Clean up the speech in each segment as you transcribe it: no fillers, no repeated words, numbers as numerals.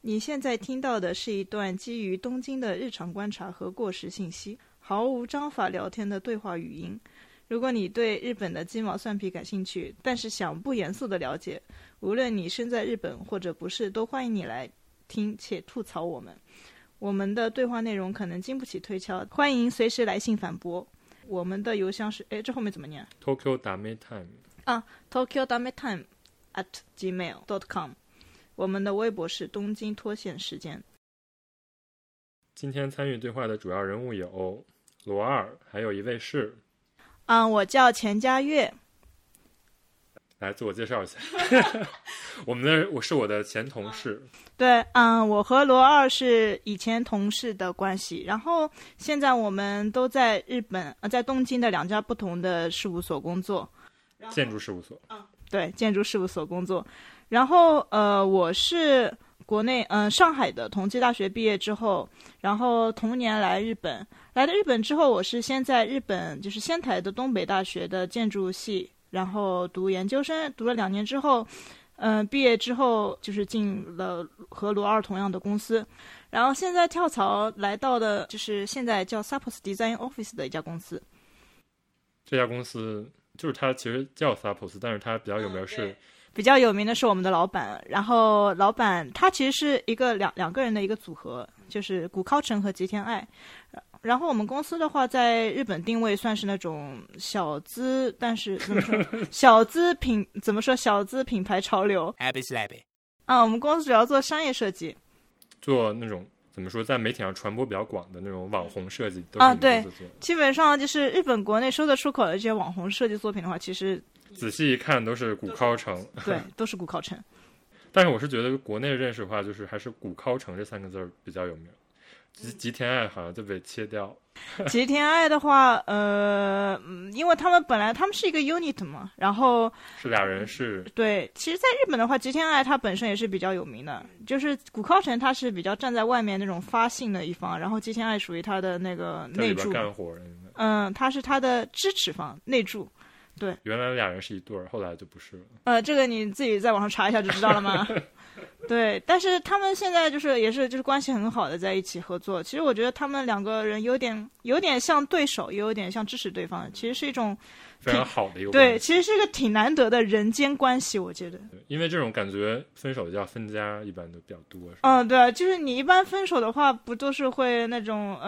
你现在听到的是一段基于东京的日常观察和过时信息，毫无章法聊天的对话语音。如果你对日本的鸡毛蒜皮感兴趣，但是想不严肃的了解，无论你身在日本或者不是，都欢迎你来听且吐槽我们。我们的对话内容可能经不起推敲，欢迎随时来信反驳。我们的邮箱是，这后面怎么念？ Tokyo Dame Time Tokyo Dame Time @gmail.com。 我们的微博是东京脱线时间。 今天参与对话的主要人物有罗二，还有一位是我叫钱佳悦。 来自我介绍一下我是我的前同事。 对，我和罗二是以前同事的关系，然后现在我们都在日本，在东京的2家不同的事务所工作。 建筑事务所。 对，建筑事务所工作。然后我是国内上海的同济大学毕业之后，然后同年来日本。来到日本之后，我是先在日本就是仙台的东北大学的建筑系，然后读研究生，读了2年之后，毕业之后就是进了和罗二同样的公司，然后现在跳槽来到的就是现在叫 Sapos Design Office 的一家公司。 这家公司就是它其实叫 Sapos， 但是它比较有名是。 比较有名的是我们的老板，然后老板他其实是一个两个人的一个组合，就是谷靠成和吉田爱。然后我们公司的话，在日本定位算是那种小资，但是怎么说小资品牌潮流。我们公司主要做商业设计， 做那种怎么说，在媒体上传播比较广的那种网红设计都是你们公司做的。 对，基本上就是日本国内收得出口的这些网红设计作品的话，其实仔细一看都是谷靠成。 对，都是谷靠成。 但是我是觉得国内认识的话，就是还是谷靠成这3个字比较有名。吉田爱好像就被切掉。 吉田爱的话，因为他们是一个 unit 嘛，然后是俩人是。 对，其实在日本的话，吉田爱他本身也是比较有名的，就是谷靠成他是比较站在外面那种发信的一方，然后吉田爱属于他的那个内助， 干活人。他是他的支持方，内助。对， 原来俩人是一对儿，后来就不是了。 这个你自己在网上查一下就知道了吗？对，但是他们现在也是关系很好的在一起合作。其实我觉得他们2个人有点像对手，也有点像支持对方，其实是一种非常好的一个关系。 对，其实是一个挺难得的人间关系，我觉得。 对，因为这种感觉分手叫分家，一般都比较多。 对，就是你一般分手的话，不都是会那种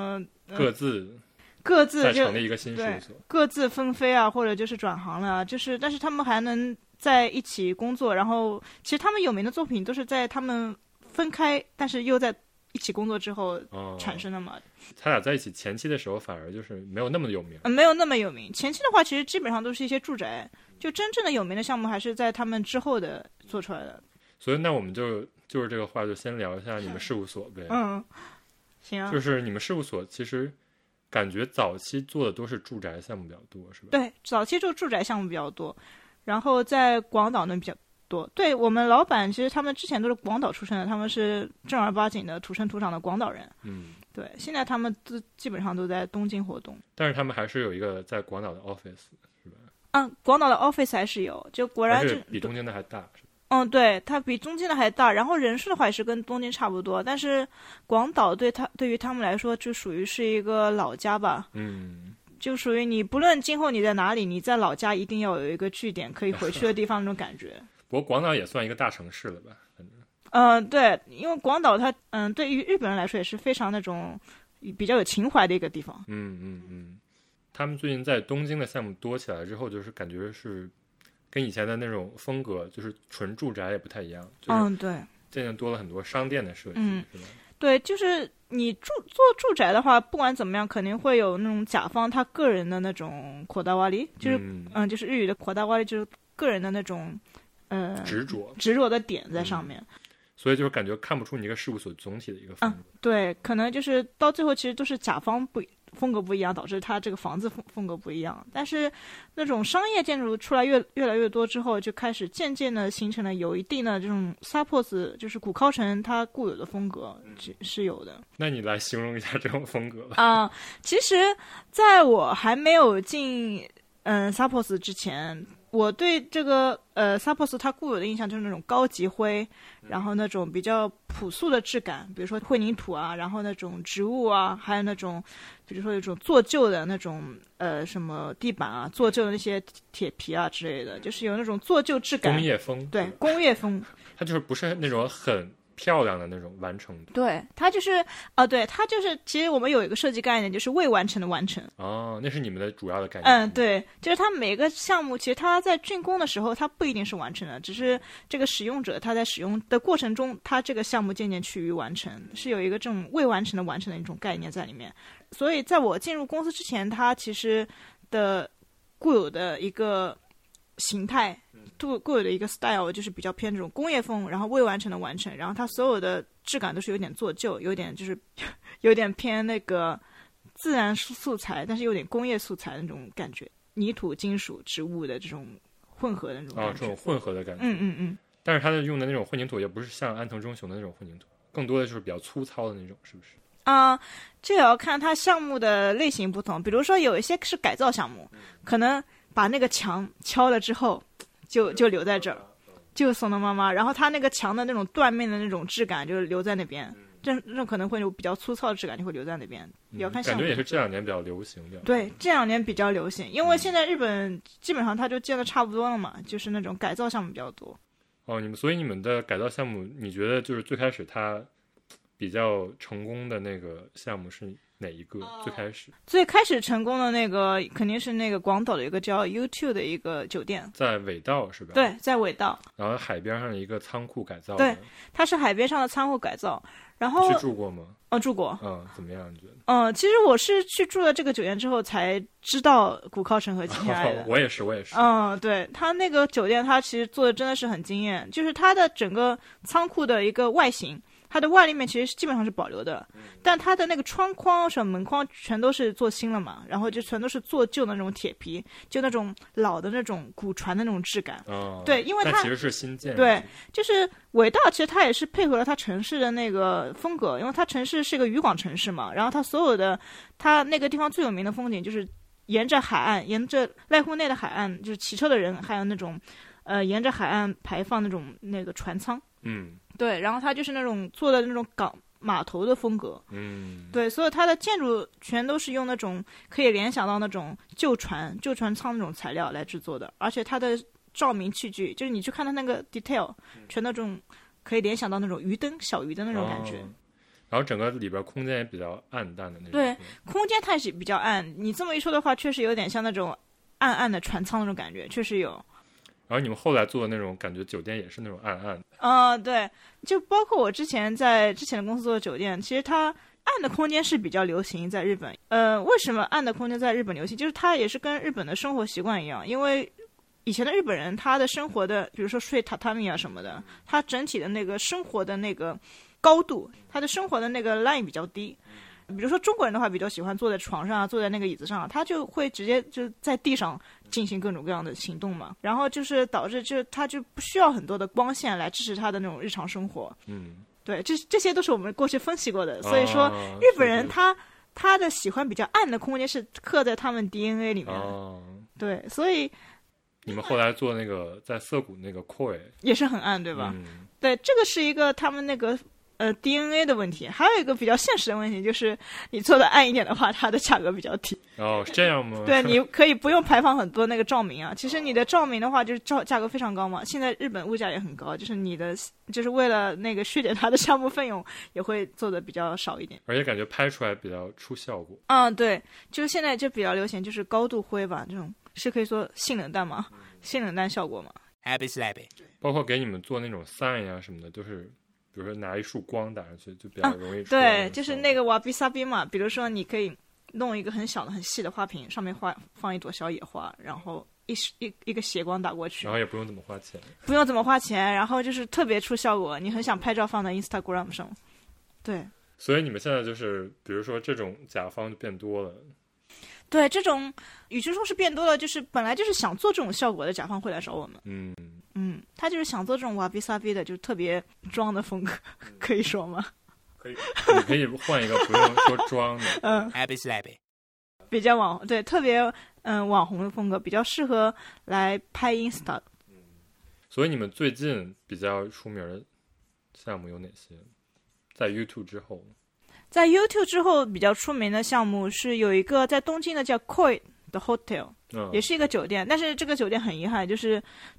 各自再成立一个新事务所， 各自纷飞啊，或者就是转行了啊，但是他们还能在一起工作，然后其实他们有名的作品都是在他们分开但是又在一起工作之后产生的嘛。 他俩在一起前期的时候反而就是没有那么有名。 没有那么有名。前期的话其实基本上都是一些住宅，就真正的有名的项目还是在他们之后的做出来的。 所以那我们就是这个话就先聊一下你们事务所呗。 行啊。 就是你们事务所其实感觉早期做的都是住宅项目比较多，是吧？ 对，早期做住宅项目比较多，然后在广岛那比较多。对，我们老板其实他们之前都是广岛出身的，他们是正儿八经的土生土长的广岛人。对，现在他们基本上都在东京活动， 但是他们还是有一个在广岛的 office， 是吧？ 广岛的 office 还是有，就果然是比东京的还大，是吧？ 对，它比东京的还大，然后人数的话也是跟东京差不多，但是广岛对于他们来说就属于是一个老家吧。就属于你不论今后你在哪里，你在老家一定要有一个据点可以回去的地方那种感觉。 不过广岛也算一个大城市了吧？ 对，因为广岛它对于日本人来说也是非常那种比较有情怀的一个地方。 他们最近在东京的项目多起来之后，就是感觉是跟以前的那种风格，就是纯住宅也不太一样。 对， 渐渐多了很多商店的设计，是吧？ 对，就是你做住宅的话，不管怎么样，肯定会有那种甲方他个人的那种こだわり，就是日语的こだわり，就是个人的那种执着的点在上面。 所以就是感觉看不出你一个事务所总体的一个风格。 对，可能就是到最后其实都是甲方风格不一样，导致它这个房子风格不一样。但是那种商业建筑出来越来越多之后，就开始渐渐的形成了有一定的这种 Sapos 就是谷靠成它固有的风格是有的。 那你来形容一下这种风格吧。 其实在我还没有进Sapos 之前， 我对这个Zappos 它固有的印象就是那种高级灰，然后那种比较朴素的质感，比如说混凝土啊，然后那种植物啊，还有那种比如说有种做旧的那种什么地板啊，做旧的那些铁皮啊之类的，就是有那种做旧质感， 工业风， 对，工业风， 它就是不是那种很漂亮的那种完成的。 对，它就是对，它就是其实我们有一个设计概念，就是未完成的完成。 哦，那是你们的主要的概念。 对，就是它每个项目其实它在竣工的时候它不一定是完成的，只是这个使用者他在使用的过程中，他这个项目渐渐趋于完成，是有一个这种未完成的完成的一种概念在里面。所以在我进入公司之前，它其实的固有的一个形态，固有的一个 style 就是比较偏这种工业风，然后未完成的完成，然后它所有的质感都是有点做旧，有点就是有点偏那个自然素材，但是有点工业素材的那种感觉，泥土、金属、植物的这种混合的那种感觉。 这种混合的感觉。 但是它的用的那种混凝土也不是像安藤忠雄的那种混凝土，更多的就是比较粗糙的那种，是不是？ 这也要看它项目的类型不同，比如说有一些是改造项目，可能把那个墙敲了之后就留在这儿，就松的妈妈，然后它那个墙的那种断面的那种质感就留在那边，这种可能会有比较粗糙的质感就会留在那边，也要看项目。 感觉也是这两年比较流行的。 对，这两年比较流行，因为现在日本基本上它就建的差不多了嘛，就是那种改造项目比较多。 所以你们的改造项目，你觉得就是最开始它比较成功的那个项目是哪一个？最开始成功的那个肯定是那个广岛的一个叫 U2 的一个酒店， 在尾道是吧？ 对，在尾道， 然后海边上的一个仓库改造的。 对，它是海边上的仓库改造。然后去住过吗？ 住过。 怎么样？你觉得？ 其实我是去住了这个酒店之后才知道谷靠城和吉田爱的。 我也是。 对，他那个酒店，他其实做的真的是很惊艳，就是它的整个仓库的一个外形。它的外立面其实基本上是保留的，但它的那个窗框什么门框全都是做新了嘛，然后就全都是做旧的那种铁皮，就那种老的那种古船的那种质感。对，因为它其实是新建。 对，就是尾道其实它也是配合了它城市的那个风格，因为它城市是一个渔港城市嘛，然后它所有的它那个地方最有名的风景就是沿着海岸，沿着濑户内的海岸，就是骑车的人，还有那种沿着海岸排放那个船舱。对，然后它就是那种做的那种港码头的风格。对，所以它的建筑全都是用那种可以联想到那种旧船舱那种材料来制作的，而且它的照明器具，就是你去看它那个 detail，全那种可以联想到那种鱼灯、小鱼灯那种感觉。 然后整个里边空间也比较暗淡的那种。 对，空间它也是比较暗。你这么一说的话，确实有点像那种暗暗的船舱那种感觉，确实有。 然后你们后来做的那种感觉酒店也是那种暗暗的。对，就包括我之前在之前的公司做的酒店，其实它暗的空间是比较流行在日本。为什么暗的空间在日本流行？就是它也是跟日本的生活习惯一样，因为以前的日本人他的生活的，比如说睡榻榻米啊什么的，他整体的那个生活的那个高度，他的生活的那个 line 比较低。比如说中国人的话比较喜欢坐在床上，坐在那个椅子上，他就会直接就在地上进行各种各样的行动嘛，然后就是导致就他就不需要很多的光线来支持他的那种日常生活。对，这些都是我们过去分析过的。所以说日本人他的喜欢比较暗的空间是刻在他们 DNA 里面的。对，所以你们后来做那个在涩谷那个 Koi 也是很暗，对吧？对，这个是一个他们那个DNA 的问题。还有一个比较现实的问题，就是你做的暗一点的话，它的价格比较低。 是这样吗？ 对，你可以不用排放很多那个照明啊。其实你的照明的话，就是价格非常高嘛。现在日本物价也很高，就是你的就是为了那个削减它的项目费用，也会做的比较少一点。 而且感觉拍出来比较出效果。 对，就是现在就比较流行，就是高度灰吧，这种是可以说性冷淡嘛，性冷淡效果嘛。 包括给你们做那种 sign 啊什么的，都是。比如说拿一束光打上去就比较容易出对，就是那个瓦比萨比嘛。比如说你可以弄一个很小的很细的花瓶，上面放一朵小野花，然后一个斜光打过去， 然后也不用怎么花钱，然后就是特别出效果，你很想拍照放在 Instagram 上。对， 所以你们现在就是比如说这种甲方就变多了。 对，这种与其说是变多了，就是本来就是想做这种效果的甲方会来找我们。他就是想做这种瓦比萨比的，就是特别装的风格，可以说吗？ 可以，你可以换一个不用说装的。 比较对，特别网红的风格，比较适合来拍 Insta。 所以你们最近比较出名的项目有哪些？在 YouTube 之后， 在 YouTube 之后比较出名的项目是有一个在东京的叫 Koi 的 Hotel，也是一个酒店，但是这个酒店很遗憾，就是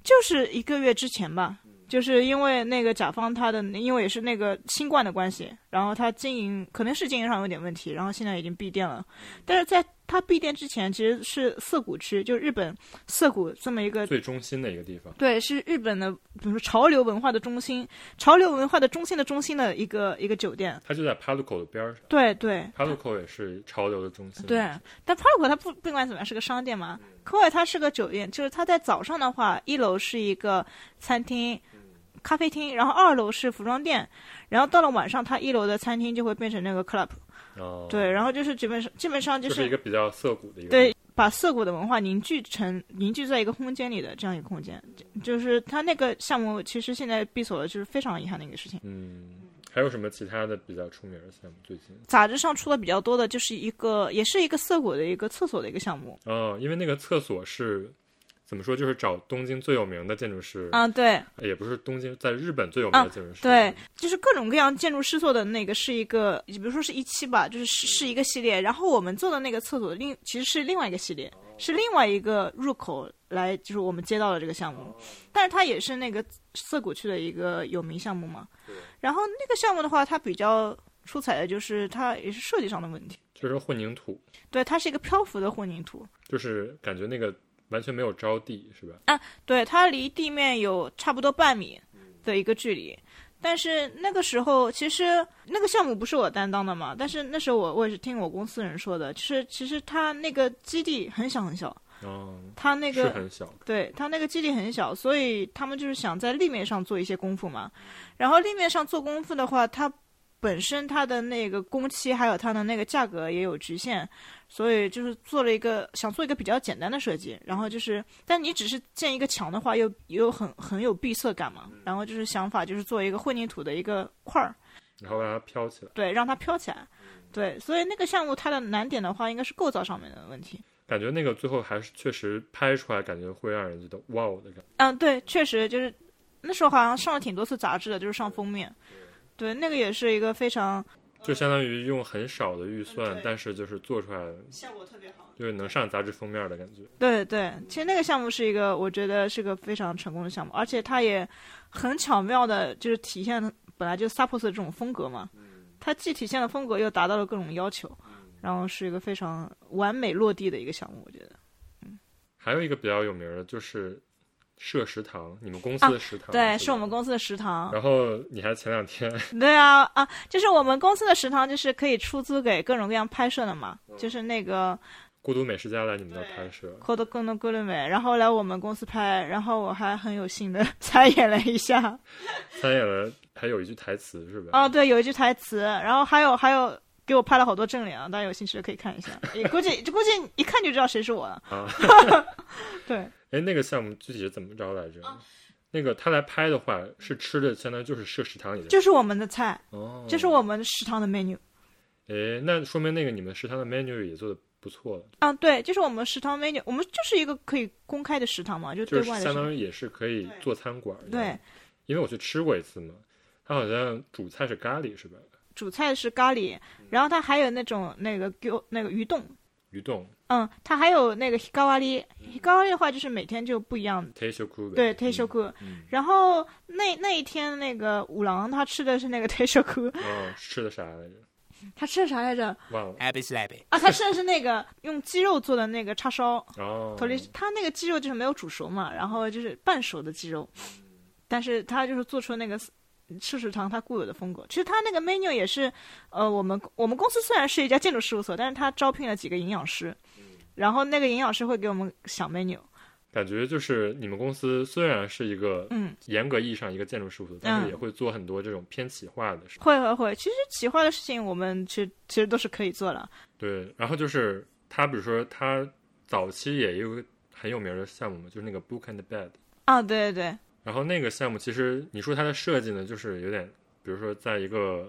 1个月之前吧，就是因为那个甲方他的，因为也是那个新冠的关系，然后他可能是经营上有点问题，然后现在已经闭店了。但是在他闭店之前，其实是涩谷区，就日本涩谷这么一个最中心的一个地方。 对，是日本的，比如说潮流文化的中心，潮流文化的中心的一个酒店。 它就在 Paluco 的边上。 对对 ，Paluco 也是潮流的中心。 对，但 Paluco 它不管怎么样是个商店嘛，Koi 它是个酒店，就是它在早上的话，1楼是一个餐厅。咖啡厅，然后2楼是服装店，然后到了晚上，它1楼的餐厅就会变成那个 club。对，然后就是基本上就是一个比较涩谷的一个。 对，把涩谷的文化凝聚在一个空间里的这样一个空间，就是它那个项目其实现在闭锁了，就是非常遗憾的一个事情。 还有什么其他的比较出名的项目？最近杂志上出的比较多的就是也是一个涩谷的一个厕所的一个项目。 因为那个厕所是。怎么说？就是找东京最有名的建筑师对， 也不是东京，在日本最有名的建筑师。 对，就是各种各样建筑师做的那个是一个，比如说是17吧，是一个系列。然后我们做的那个厕所其实是另外一个系列，是另外一个入口来，就是我们接到了这个项目，但是它也是那个涩谷区的一个有名项目嘛。然后那个项目的话，它比较出彩的就是它也是设计上的问题， 就是混凝土。 对，它是一个漂浮的混凝土， 就是感觉那个。完全没有着地是吧？ 对，它离地面有差不多半米的一个距离。但是那个时候，其实那个项目不是我担当的嘛，但是那时候我也是听我公司人说的，就是其实它那个基地很小很小。它那个是很小， 对，它那个基地很小，所以他们就是想在立面上做一些功夫嘛。然后立面上做功夫的话，它本身它的那个工期还有它的那个价格也有局限，所以就是想做一个比较简单的设计，然后就是但你只是建一个墙的话又很有闭塞感嘛，然后就是想法就是做一个混凝土的一个块儿， 然后让它飘起来。 对，让它飘起来。对，所以那个项目它的难点的话应该是构造上面的问题。 感觉那个最后还是确实拍出来感觉会让人觉得哇哦的感觉。 对，确实就是那时候好像上了挺多次杂志的，就是上封面。对，那个也是一个非常， 就相当于用很少的预算，但是就是做出来效果特别好， 就是能上杂志封面的感觉。 对对，其实那个项目是一个，我觉得是个非常成功的项目，而且它也很巧妙的，就是体现本来就 Suppos 的这种风格嘛，它既体现了风格，又达到了各种要求，然后是一个非常完美落地的一个项目，我觉得。 还有一个比较有名的就是社食堂，你们公司的食堂。 对，是我们公司的食堂。 然后你还前2天。 对啊，就是我们公司的食堂就是可以出租给各种各样拍摄的嘛，就是那个孤独美食家来你们那拍摄， 孤独美，然后来我们公司拍，然后我还很有幸的参演了一下。 参演了，还有一句台词是吧？ 对，有一句台词，然后还有给我拍了好多正脸啊，大家有兴趣的可以看一下，估计一看就知道谁是我了。对。 那个项目具体是怎么着来着？那个他来拍的话是吃的，相当于就是社食堂里的， 就是我们的菜，就是我们食堂的 menu。 那说明那个你们食堂的 menu 也做的不错了。 对，就是我们食堂 menu， 我们就是一个可以公开的食堂嘛，就对外的食堂， 就是相当于也是可以做餐馆。 对， 因为我去吃过一次嘛，它好像主菜是咖喱是吧？ 主菜是咖喱，然后它还有那个鱼冻。它还有那个 hikawari 的话就是每天就不一样。对 teishoku。然后那一天那个五郎他吃的是那个 teishoku。 吃的啥来着？ 他吃的啥来着？ 忘了。 他吃的是那个用鸡肉做的那个叉烧。他那个鸡肉就是没有煮熟嘛，然后就是半熟的鸡肉，但是他就是做出那个社食堂它固有的风格。其实它那个 menu 也是，我们公司虽然是一家建筑事务所，但是它招聘了几个营养师，然后那个营养师会给我们想 menu。 感觉就是你们公司虽然是一个严格意义上一个建筑事务所，但是也会做很多这种偏企划的事。 会，其实企划的事情我们其实都是可以做的。 对，然后就是他比如说他早期也有一个很有名的项目嘛，就是那个 Book and Bed。 对对对。 然后那个项目其实你说它的设计呢，就是有点，比如说在一个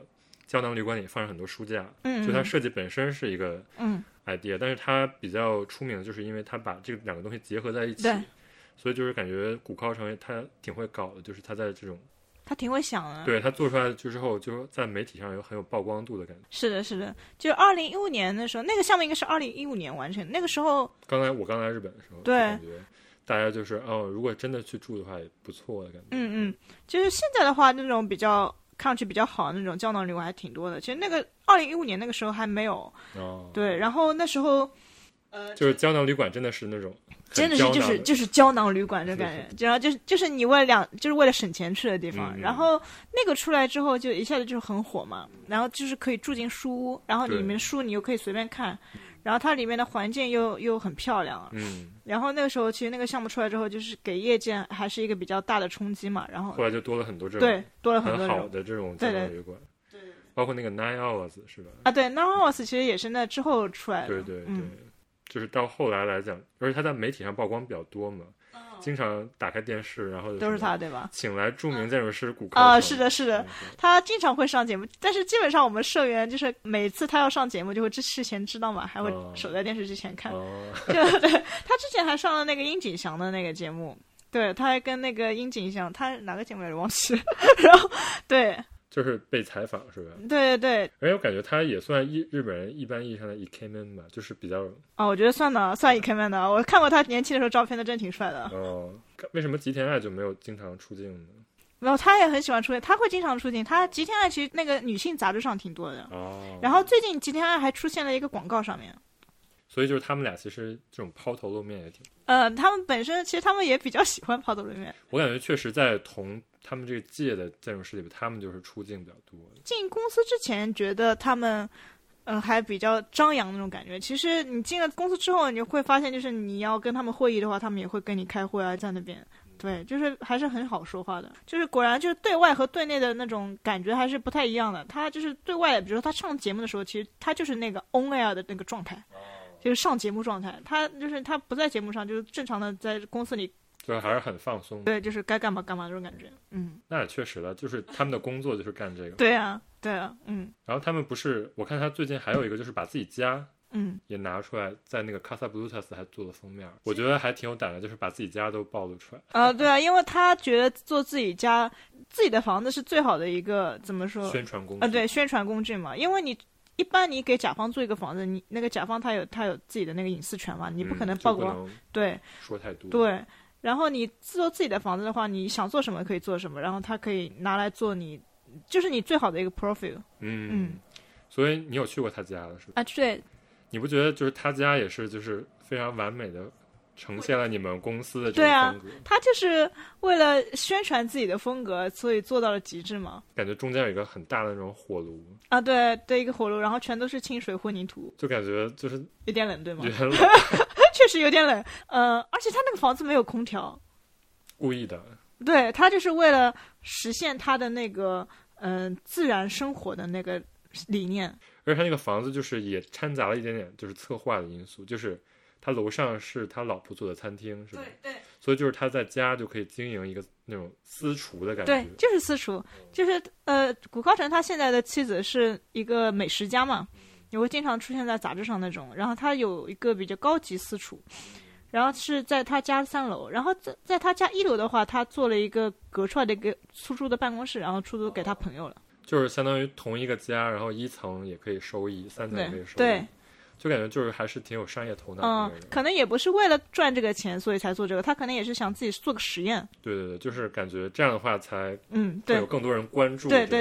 胶囊旅馆里放上很多书架， 嗯， 就它设计本身是一个idea，但是它比较出名的就是因为它把这两个东西结合在一起， 对， 所以就是感觉古高城它挺会搞的，就是它在这种。 他挺会想的， 对他做出来之后，就在媒体上很有曝光度的感觉。 是的，是的，就2015年的时候，那个项目应该是2015年完成。那个时候， 我刚来日本的时候， 对， 感觉大家就是如果真的去住的话，也不错的感觉。 就是现在的话，那种比较看上去比较好的那种胶囊旅馆还挺多的。其实那个2015年那个时候还没有，对，然后那时候， 就是胶囊旅馆真的是那种。 真的是就是胶囊旅馆这感觉，然后就是你为了省钱去的地方，然后那个出来之后就一下子就很火嘛，然后就是可以住进书屋，然后里面书你又可以随便看，然后它里面的环境又很漂亮，然后那个时候其实那个项目出来之后，就是给业界还是一个比较大的冲击嘛，然后后来就多了很多这种对多了很多很好的这种胶囊旅馆，对，包括那个 Nine Hours 是吧？ 啊，对 Nine Hours 其实也是那之后出来的， 对。就是到后来来讲，而且他在媒体上曝光比较多嘛，经常打开电视，然后都是他，对吧？ 请来著名建筑师古高城是的，是的，他经常会上节目，但是基本上我们社员就是每次他要上节目，就会事前知道嘛，还会守在电视之前看。对，他之前还上了那个殷景祥的那个节目，对，他还跟那个殷景祥，他哪个节目来着忘记了，然后对。 就是被采访是吧？ 对，而且我感觉他也算日本人一般意义上的 Ikemen 吧，就是比较我觉得算 Ikemen 的。我看过他年轻的时候照片，他真挺帅的。 为什么吉田爱就没有经常出镜呢？ 没有，他也很喜欢出镜，他会经常出镜。他吉田爱其实那个女性杂志上挺多的。然后最近吉田爱还出现了一个广告上面。 所以就是他们俩其实这种抛头露面也挺。 他们本身其实他们也比较喜欢抛头露面。 我感觉确实在同他们这个届的建筑师里边，他们就是出镜比较多。 进公司之前觉得他们，还比较张扬那种感觉。其实你进了公司之后，你会发现，就是你要跟他们会议的话，他们也会跟你开会啊，在那边。对，就是还是很好说话的。就是果然就是对外和对内的那种感觉还是不太一样的。他就是对外，比如说他上节目的时候，其实他就是那个 on air 的那个状态。就是上节目状态，他不在节目上，就是正常的在公司里， 就还是很放松。 对，就是该干嘛干嘛这种感觉。 那也确实了，就是他们的工作就是干这个。 对啊。 然后他们不是，我看他最近还有一个就是把自己家，也拿出来，在那个 Casa Blutas 还做了封面，我觉得还挺有胆的，就是把自己家都暴露出来。 对啊，因为他觉得做自己家、自己的房子是最好的一个怎么说？ 宣传工具。 对，宣传工具嘛，因为你。一般你给甲方做一个房子，你那个甲方他有自己的那个隐私权嘛，你不可能曝光，对， 说太多， 对。然后你做自己的房子的话，你想做什么可以做什么，然后他可以拿来做你，就是你最好的一个 profile。 所以你有去过他家了是吧？ 对。 你不觉得就是他家也是就是非常完美的呈现了你们公司的这个风格？ 他就是为了宣传自己的风格，所以做到了极致嘛。 感觉中间有一个很大的那种火炉对，一个火炉，然后全都是清水混凝土， 就感觉就是有点冷，对吗？ 有点冷确实有点冷。而且他那个房子没有空调， 故意的。 对，他就是为了实现他的那个自然生活的那个理念。 而且他那个房子就是也掺杂了一点点就是策划的因素，就是他楼上是他老婆做的餐厅，是吧？ 对。 所以就是他在家就可以经营一个那种私厨的感觉。 对，就是私厨，就是古高城他现在的妻子是一个美食家嘛，也会经常出现在杂志上那种。然后他有一个比较高级私厨，然后是在他家3楼，然后在他家1楼的话，他做了一个隔出来的一个出租的办公室，然后出租给他朋友了。 就是相当于同一个家，然后1层也可以收益，3层也可以收益。 对。 就感觉就是还是挺有商业头脑的。 可能也不是为了赚这个钱所以才做这个，他可能也是想自己做个实验。 对，就是感觉这样的话才会有更多人关注。 对。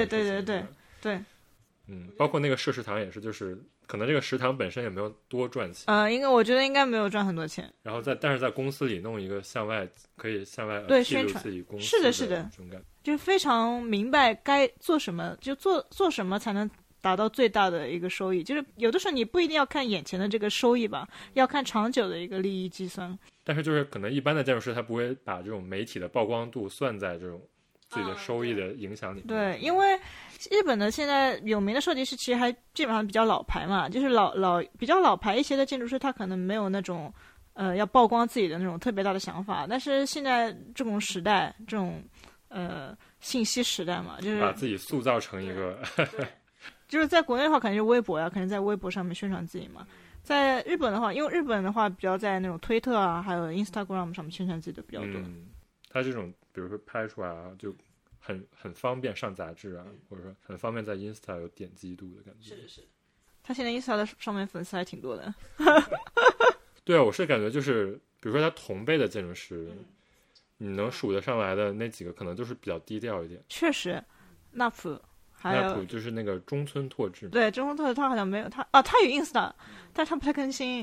包括那个设食堂也是，就是可能这个食堂本身也没有多赚钱。 我觉得应该没有赚很多钱。 然后但是在公司里弄一个可以向外宣传自己公司是的， 这种感觉， 就非常明白该做什么，就做什么才能达到最大的一个收益。就是有的时候你不一定要看眼前的这个收益吧，要看长久的一个利益计算。 但是就是可能一般的建筑师他不会把这种媒体的曝光度算在这种自己的收益的影响里面。 对，因为日本的现在有名的设计师其实还基本上比较老牌嘛，就是比较老牌一些的建筑师，他可能没有那种要曝光自己的那种特别大的想法。但是现在这种时代，这种信息时代嘛，就是把自己塑造成一个就是在国内的话，肯定是微博呀，肯定在微博上面宣传自己嘛。在日本的话，因为日本的话比较在那种推特啊，还有 Instagram 上面宣传自己的比较多。 他这种比如说拍出来啊，就很方便上杂志啊，或者说很方便在 Insta 有点击度的感觉。 是。他现在 Insta 的上面粉丝还挺多的。 对啊，我是感觉就是，比如说他同辈的建筑师，你能数得上来的那几个，可能就是比较低调一点。 确实，纳普还有就是那个中村拓志。 对，中村拓志他好像没有他有 Insta， 但是他不太更新。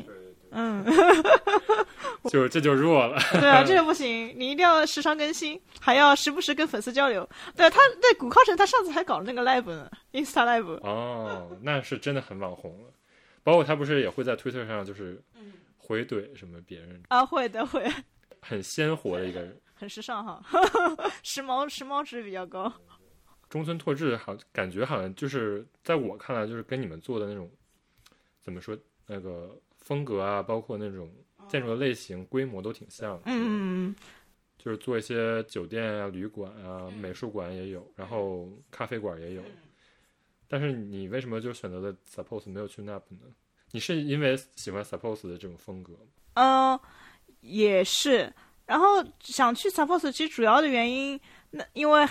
这就弱了。 对啊，这个不行，你一定要时常更新，还要时不时跟粉丝交流。对，古靠城他上次还搞了那个 live 呢 ，Insta live。 哦，那是真的很网红了。包括他不是也会在推特上就是回怼什么别人啊？会的，会。 很鲜活的一个人， 很时尚哈，时髦值比较高。 中村拓志感觉好像就是在我看来，就是跟你们做的那种怎么说那个风格啊，包括那种建筑的类型、规模都挺像的。就是做一些酒店啊、旅馆啊、美术馆也有，然后咖啡馆也有。但是你为什么就选择了 Suppose 没有去 NAP 呢？你是因为喜欢 Suppose 的这种风格吗？ 也是。然后想去 Suppose 其实主要的原因，因为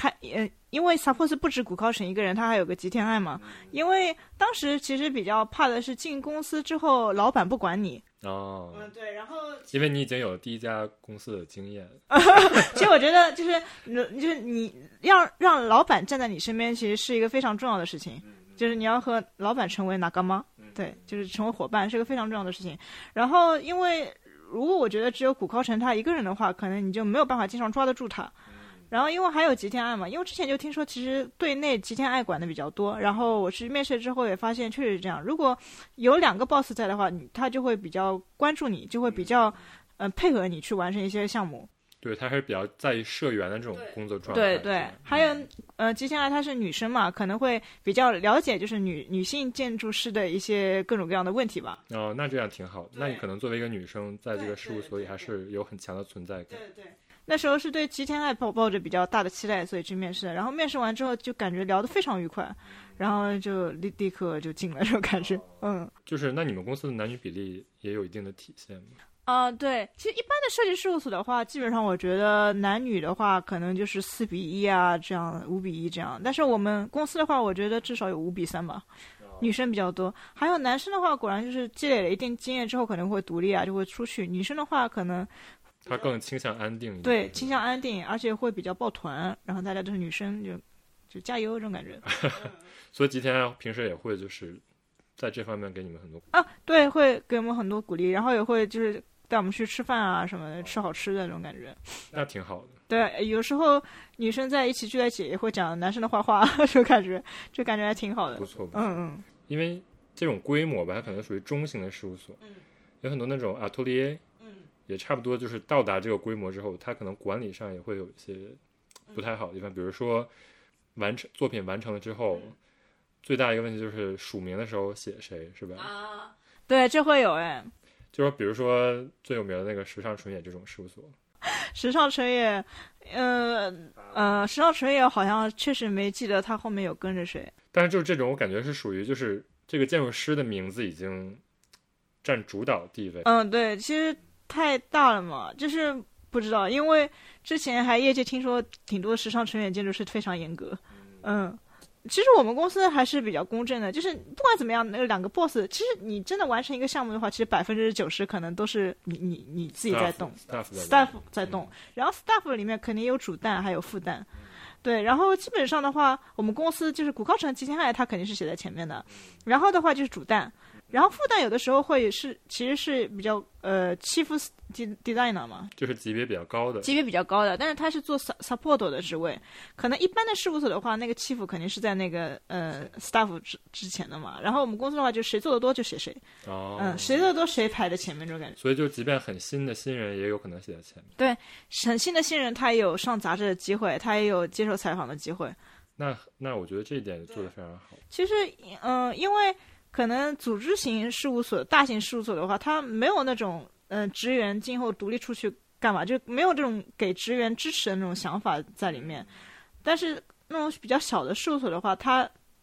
Suppose 不止古靠城一个人，他还有个吉田爱嘛。因为当时其实比较怕的是进公司之后老板不管你。对，然后因为你已经有第一家公司的经验。 其实我觉得就是你让老板站在你身边，其实是一个非常重要的事情。就是你要和老板成为哪干嘛？对，就是成为伙伴是个非常重要的事情。然后因为如果我觉得只有古靠城他一个人的话，可能你就没有办法经常抓得住他。然后因为还有吉田爱嘛，因为之前就听说其实对内吉田爱管的比较多，然后我去面试之后也发现确实是这样。如果有2个 boss 在的话，他就会比较关注你，就会比较配合你去完成一些项目。 对，他还是比较在意社员的这种工作状态。 对，还有吉田爱她是女生嘛，可能会比较了解就是女性建筑师的一些各种各样的问题吧。 那这样挺好的。那你可能作为一个女生在这个事务所里还是有很强的存在感。 对，那时候是对吉田爱抱着比较大的期待，所以去面试。然后面试完之后就感觉聊得非常愉快，然后就立刻就进了这种感觉。 就是那你们公司的男女比例也有一定的体现吗？ 对，其实一般的设计事务所的话，基本上我觉得男女的话可能就是4:1啊，这样5:1这样。但是我们公司的话，我觉得至少有5:3吧，女生比较多。还有男生的话，果然就是积累了一定经验之后，可能会独立啊，就会出去。女生的话，可能他更倾向安定一点。 对，倾向安定，而且会比较抱团，然后大家都是女生，就加油这种感觉。 所以吉田平时也会就是在这方面给你们很多对，会给我们很多鼓励，然后也会就是带我们去吃饭啊什么的，吃好吃的这种感觉。 那挺好的。 对，有时候女生在一起聚在一起也会讲男生的坏话，就感觉还挺好的。 不错。因为这种规模吧，它可能属于中型的事务所。有很多那种 atelier，也差不多就是到达这个规模之后，它可能管理上也会有一些不太好的地方。比如说作品完成了之后，最大一个问题就是署名的时候写谁，是吧？ 对，这会有就是比如说最有名的那个时尚纯也这种事务所。 时尚纯也时尚纯也好像确实没记得他后面有跟着谁。 但是就是这种我感觉是属于就是这个建筑师的名字已经占主导地位。 对，其实太大了嘛，就是不知道，因为之前还业界听说挺多时尚纯也建筑师非常严格。其实我们公司还是比较公正的，就是不管怎么样，那2个 boss， 其实你真的完成一个项目的话，其实90%可能都是你自己在动 ，staff 在动，然后 staff 里面肯定有主弹还有副弹。对，然后基本上的话，我们公司就是古靠城吉田爱，它肯定是写在前面的，然后的话就是主弹。然后副弹有的时候其实是比较chief designer 嘛， 就是级别比较高的， 但是他是做 support 的职位。可能一般的事务所的话，那个 chief 肯定是在那个staff 之前的嘛。然后我们公司的话，就谁做的多就写谁。谁做的多谁排在前面这种感觉。 所以就即便很新的新人也有可能写在前面。 对，很新的新人他也有上杂志的机会，他也有接受采访的机会。 那我觉得这一点做得非常好。 其实因为可能组织型事务所、大型事务所的话，它没有那种职员今后独立出去干嘛，就没有这种给职员支持的那种想法在里面。但是那种比较小的事务所的话，它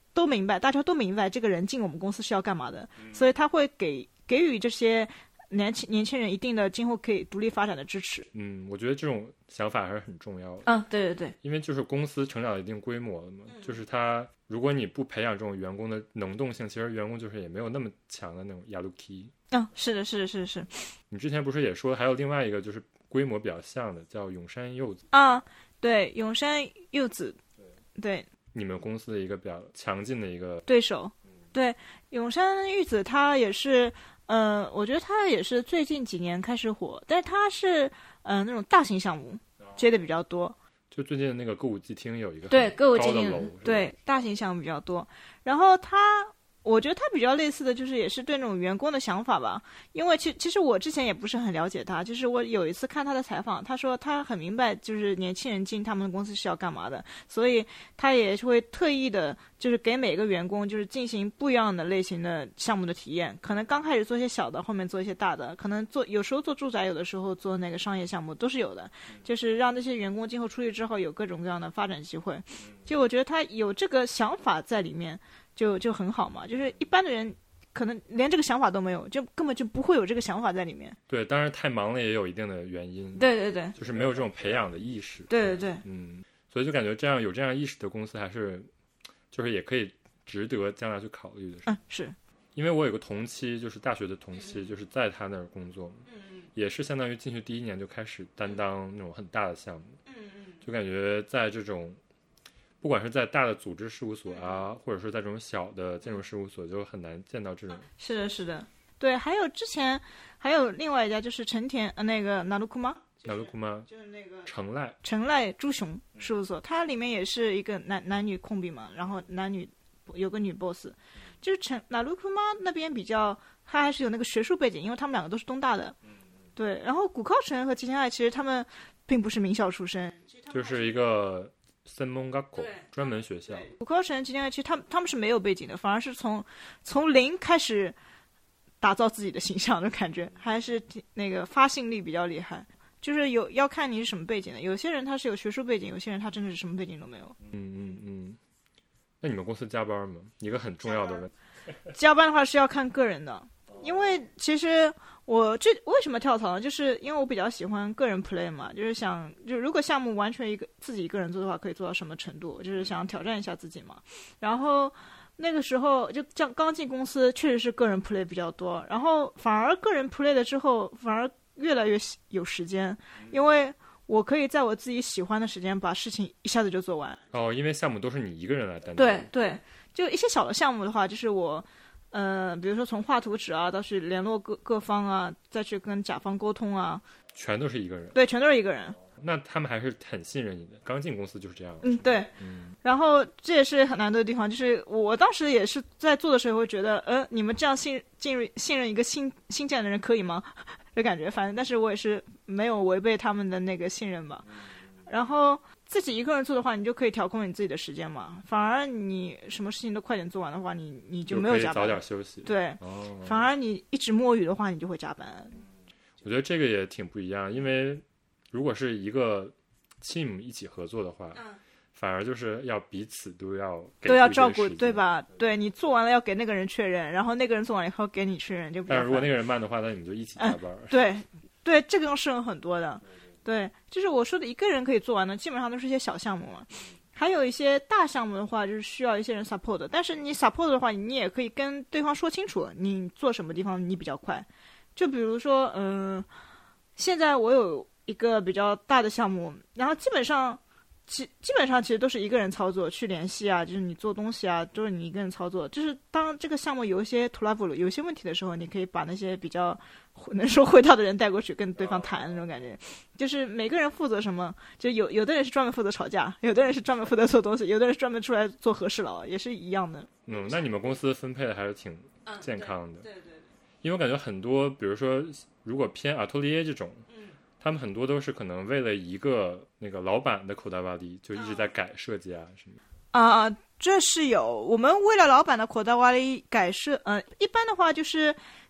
都明白，大家都明白这个人进我们公司是要干嘛的，所以他会给予这些年轻人一定的今后可以独立发展的支持。 我觉得这种想法还是很重要的。 对对对， 因为就是公司成长到一定规模了嘛，就是他如果你不培养这种员工的能动性，其实员工就是也没有那么强的那种压力。 是的，是的，是的，是。 你之前不是也说还有另外一个就是规模比较像的，叫永山柚子对，永山柚子，对， 你们公司的一个比较强劲的一个对手。对，永山柚子它也是，我觉得它也是最近几年开始火，但是它是那种大型项目接的比较多。 就最近那个歌舞伎町有一个对歌舞伎町町，对大型项目比较多。然后我觉得他比较类似的就是也是对那种员工的想法吧，因为其实我之前也不是很了解他，就是我有一次看他的采访，他说他很明白就是年轻人进他们的公司是要干嘛的，所以他也会特意的就是给每个员工就是进行不一样的类型的项目的体验，可能刚开始做一些小的，后面做一些大的，可能有时候做住宅，有的时候做那个商业项目都是有的，就是让那些员工今后出去之后有各种各样的发展机会。就我觉得他有这个想法在里面就很好嘛，就是一般的人可能连这个想法都没有，就根本就不会有这个想法在里面。 对，当然太忙了也有一定的原因。 对对对， 就是没有这种培养的意识。 对对对， 所以就感觉有这样意识的公司还是就是也可以值得将来去考虑的。 是因为我有个同期，就是大学的同期，就是在他那儿工作，也是相当于进去第1年就开始担当那种很大的项目，就感觉在这种不管是在大的组织事务所或者是在这种小的建筑事务所，就很难见到这种。 是的，是的，对。还有之前还有另外一家就是成田那个纳鲁库玛， 就是那个成濑朱雄事务所，它里面也是一个男女控比嘛，然后男女有个女 boss， 就是纳鲁库玛那边比较，他还是有那个学术背景，因为他们两个都是东大的，对。然后谷靠城和吉田爱其实他们并不是名校出身， 就是一个専門学校专门学校。 谷靠城吉田爱其实他们是没有背景的，反而是从零开始打造自己的形象的感觉，还是那个发信力比较厉害。就是要看你是什么背景的，有些人他是有学术背景，有些人他真的是什么背景都没有。 那你们公司加班吗？一个很重要的问题。 加班的话是要看个人的，因为其实我为什么跳槽呢？就是因为我比较喜欢个人 play 嘛，就是就如果项目完全自己一个人做的话，可以做到什么程度？就是想挑战一下自己嘛。然后那个时候就刚进公司，确实是个人 play 比较多，然后反而个人 play 了之后，反而越来越有时间，因为我可以在我自己喜欢的时间把事情一下子就做完。 因为项目都是你一个人来担当。 对对，就一些小的项目的话，就是我比如说从画图纸啊，到去联络各方啊，再去跟甲方沟通啊， 全都是一个人。 对，全都是一个人。 那他们还是很信任你的，刚进公司就是这样。 对。然后这也是很难得的地方，就是我当时也是在做的时候会觉得，你们这样信任一个新进来的人可以吗？这感觉，反正但是我也是没有违背他们的那个信任吧。然后自己一个人做的话，你就可以调控你自己的时间嘛。反而你什么事情都快点做完的话，你就没有加班， 早点休息。 对。反而你一直摸鱼的话，你就会加班。 我觉得这个也挺不一样，因为如果是一个 team 一起合作的话，反而就是要彼此都要照顾，对吧？对，你做完了要给那个人确认，然后那个人做完了以后给你确认，就比较但如果那个人慢的话，那你们就一起加班。 对，这个要适应很多的。对，就是我说的一个人可以做完的，基本上都是一些小项目嘛。还有一些大项目的话，就是需要一些人 support 的。但是你 support 的话，你也可以跟对方说清楚，你做什么地方你比较快。就比如说，现在我有一个比较大的项目，然后基本上其实都是一个人操作，去联系啊，就是你做东西啊，都是你一个人操作。就是当这个项目有一些 trouble 有一些问题的时候，你可以把那些比较能说会道的人带过去跟对方谈那种感觉。就是每个人负责什么，就有的人是专门负责吵架，有的人是专门负责做东西，有的人是专门出来做和事佬，也是一样的。 那你们公司分配的还是挺健康的。 对， 因为我感觉很多，比如说如果偏 atelier 这种，他们很多都是可能为了一个那个老板的口袋洼里，就一直在改设计啊什么。 这是有。我们为了老板的口袋洼里改设，一般的话就是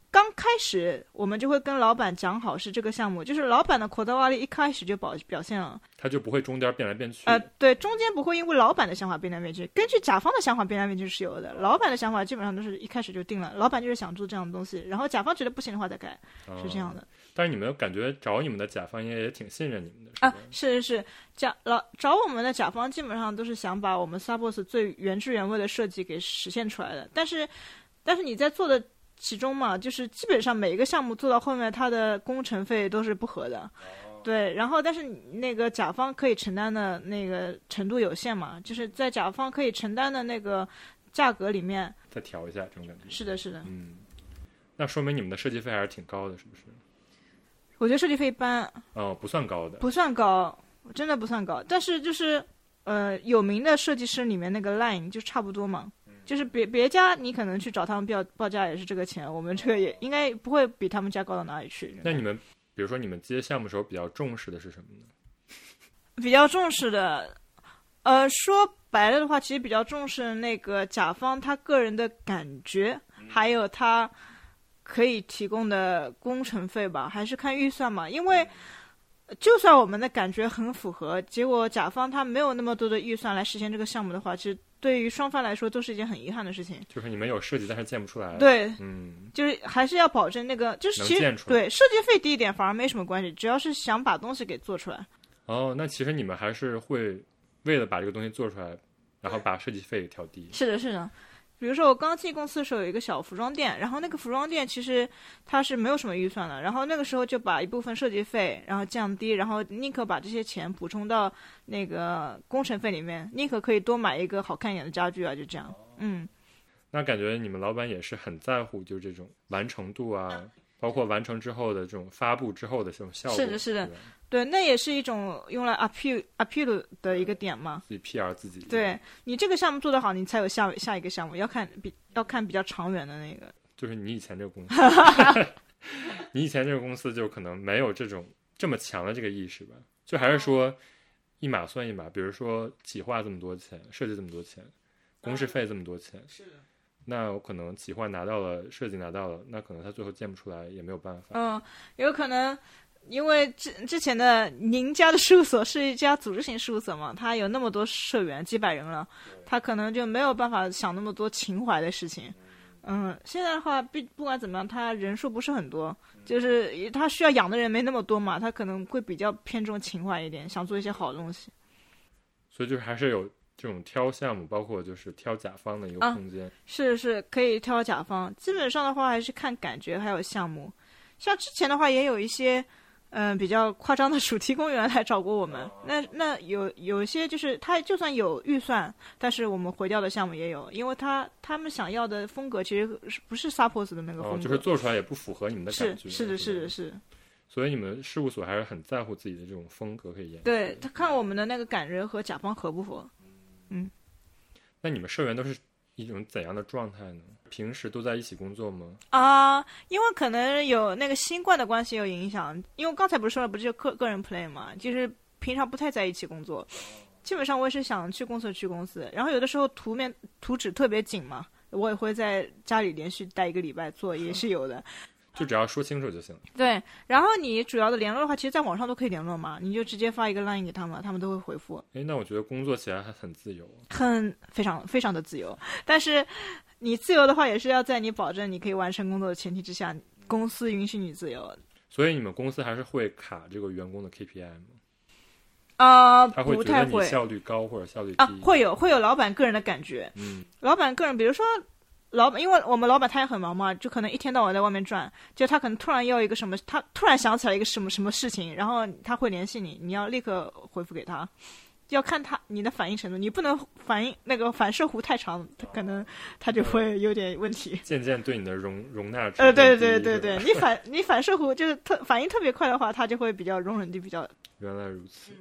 刚开始我们就会跟老板讲好是这个项目，就是老板的こだわり一开始就表现了， 他就不会中间变来变去。 对，中间不会因为老板的想法变来变去，根据甲方的想法变来变去是有的。老板的想法基本上都是一开始就定了，老板就是想做这样的东西，然后甲方觉得不行的话再改，是这样的。 但是你们感觉找你们的甲方也挺信任你们的，是吧？ 是找我们的甲方基本上都是想把我们 Subboss 最原汁原味的设计给实现出来的，但是你在做的其中嘛，就是基本上每一个项目做到后面，它的工程费都是不合的，对。然后但是那个甲方可以承担的那个程度有限嘛，就是在甲方可以承担的那个价格里面再调一下，这种感觉。 是的，是的。 那说明你们的设计费还是挺高的，是不是？ 我觉得设计费一般。 不算高的。不算高，真的不算高。但是就是有名的设计师里面那个 line 就差不多嘛。就是别家你可能去找他们报价也是这个钱，我们这个也应该不会比他们家高到哪里去。 那你们比如说你们接项目的时候比较重视的是什么呢？ 比较重视的说白了的话，其实比较重视那个甲方他个人的感觉，还有他可以提供的工程费吧，还是看预算嘛。因为就算我们的感觉很符合，结果甲方他没有那么多的预算来实现这个项目的话，其实对于双方来说都是一件很遗憾的事情。 就是你们有设计但是建不出来。 对，就是还是要保证那个，就是其实对设计费低一点反而没什么关系，只要是想把东西给做出来。 那其实你们还是会为了把这个东西做出来，然后把设计费调低。 是的，是的。比如说我刚进公司的时候有一个小服装店，然后那个服装店其实它是没有什么预算的，然后那个时候就把一部分设计费然后降低，然后宁可把这些钱补充到那个工程费里面，宁可可以多买一个好看一点的家具啊，就这样。 那感觉你们老板也是很在乎就是这种完成度啊，包括完成之后的这种发布之后的这种效果。 是的，是的。对，那也是一种用来 appeal 的一个点嘛， 自己 PR 自己。 对，你这个项目做得好，你才有下一个项目，要看比较长远的那个。 就是你以前这个公司，你以前这个公司就可能没有这么强的这个意识吧？就还是说一码算一码，比如说企划这么多钱，设计这么多钱，工时费这么多钱， 是的。 那我可能企划拿到了，设计拿到了，那可能他最后建不出来，也没有办法。 有可能。因为之前的您家的事务所是一家组织型事务所嘛，他有那么多社员几百人了，他可能就没有办法想那么多情怀的事情。现在的话不管怎么样，他人数不是很多，就是他需要养的人没那么多嘛，他可能会比较偏重情怀一点，想做一些好东西。 所以就是还是有这种挑项目，包括就是挑甲方的一个空间。 是可以挑甲方，基本上的话还是看感觉还有项目。像之前的话也有一些比较夸张的主题公园来找过我们，那有一些就是他就算有预算，但是我们回掉的项目也有，因为他们想要的风格其实不是 Subboss 的那个风格， 就是做出来也不符合你们的感觉。 是的。 所以你们事务所还是很在乎自己的这种风格可以演。 对，他看我们的那个感觉和甲方合不合。 那你们社员都是一种怎样的状态呢？平时都在一起工作吗？ 因为可能有那个新冠的关系有影响，因为刚才不是说了，不是就个人 play 嘛，就是平常不太在一起工作，基本上我也是想去公司，然后有的时候图纸特别紧嘛，我也会在家里连续待1个礼拜做，也是有的。 就只要说清楚就行。 对，然后你主要的联络的话，其实在网上都可以联络嘛，你就直接发一个 line 给他们，他们都会回复。 那我觉得工作起来还很自由， 非常非常的自由。但是你自由的话，也是要在你保证你可以完成工作的前提之下，公司允许你自由。 所以你们公司还是会卡这个员工的 KPI 吗？他会觉得你效率高或者效率低？ 会有老板个人的感觉。老板个人，比如说因为我们老板他也很忙嘛，就可能一天到晚在外面转，就他可能突然要一个什么，他突然想起来一个什么事情，然后他会联系你，你要立刻回复给他，要看你的反应程度，你不能那个反射弧太长，可能他就会有点问题。 渐渐对你的容纳值。 对，你反射弧就是反应特别快的话，他就会比较容忍度比较。 原来如此。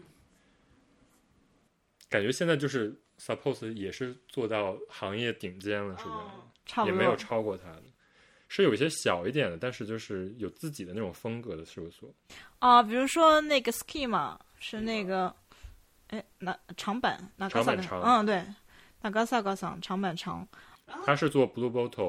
感觉现在就是 Subboss 也是做到行业顶尖了，是不是？ 差不多。 也没有超过他的，是有一些小一点的，但是就是有自己的那种风格的事务所。 比如说那个 Ski 嘛，是那个，长板， 长板长， 对，那个萨高桑长板长。 他是做 Blue Bottle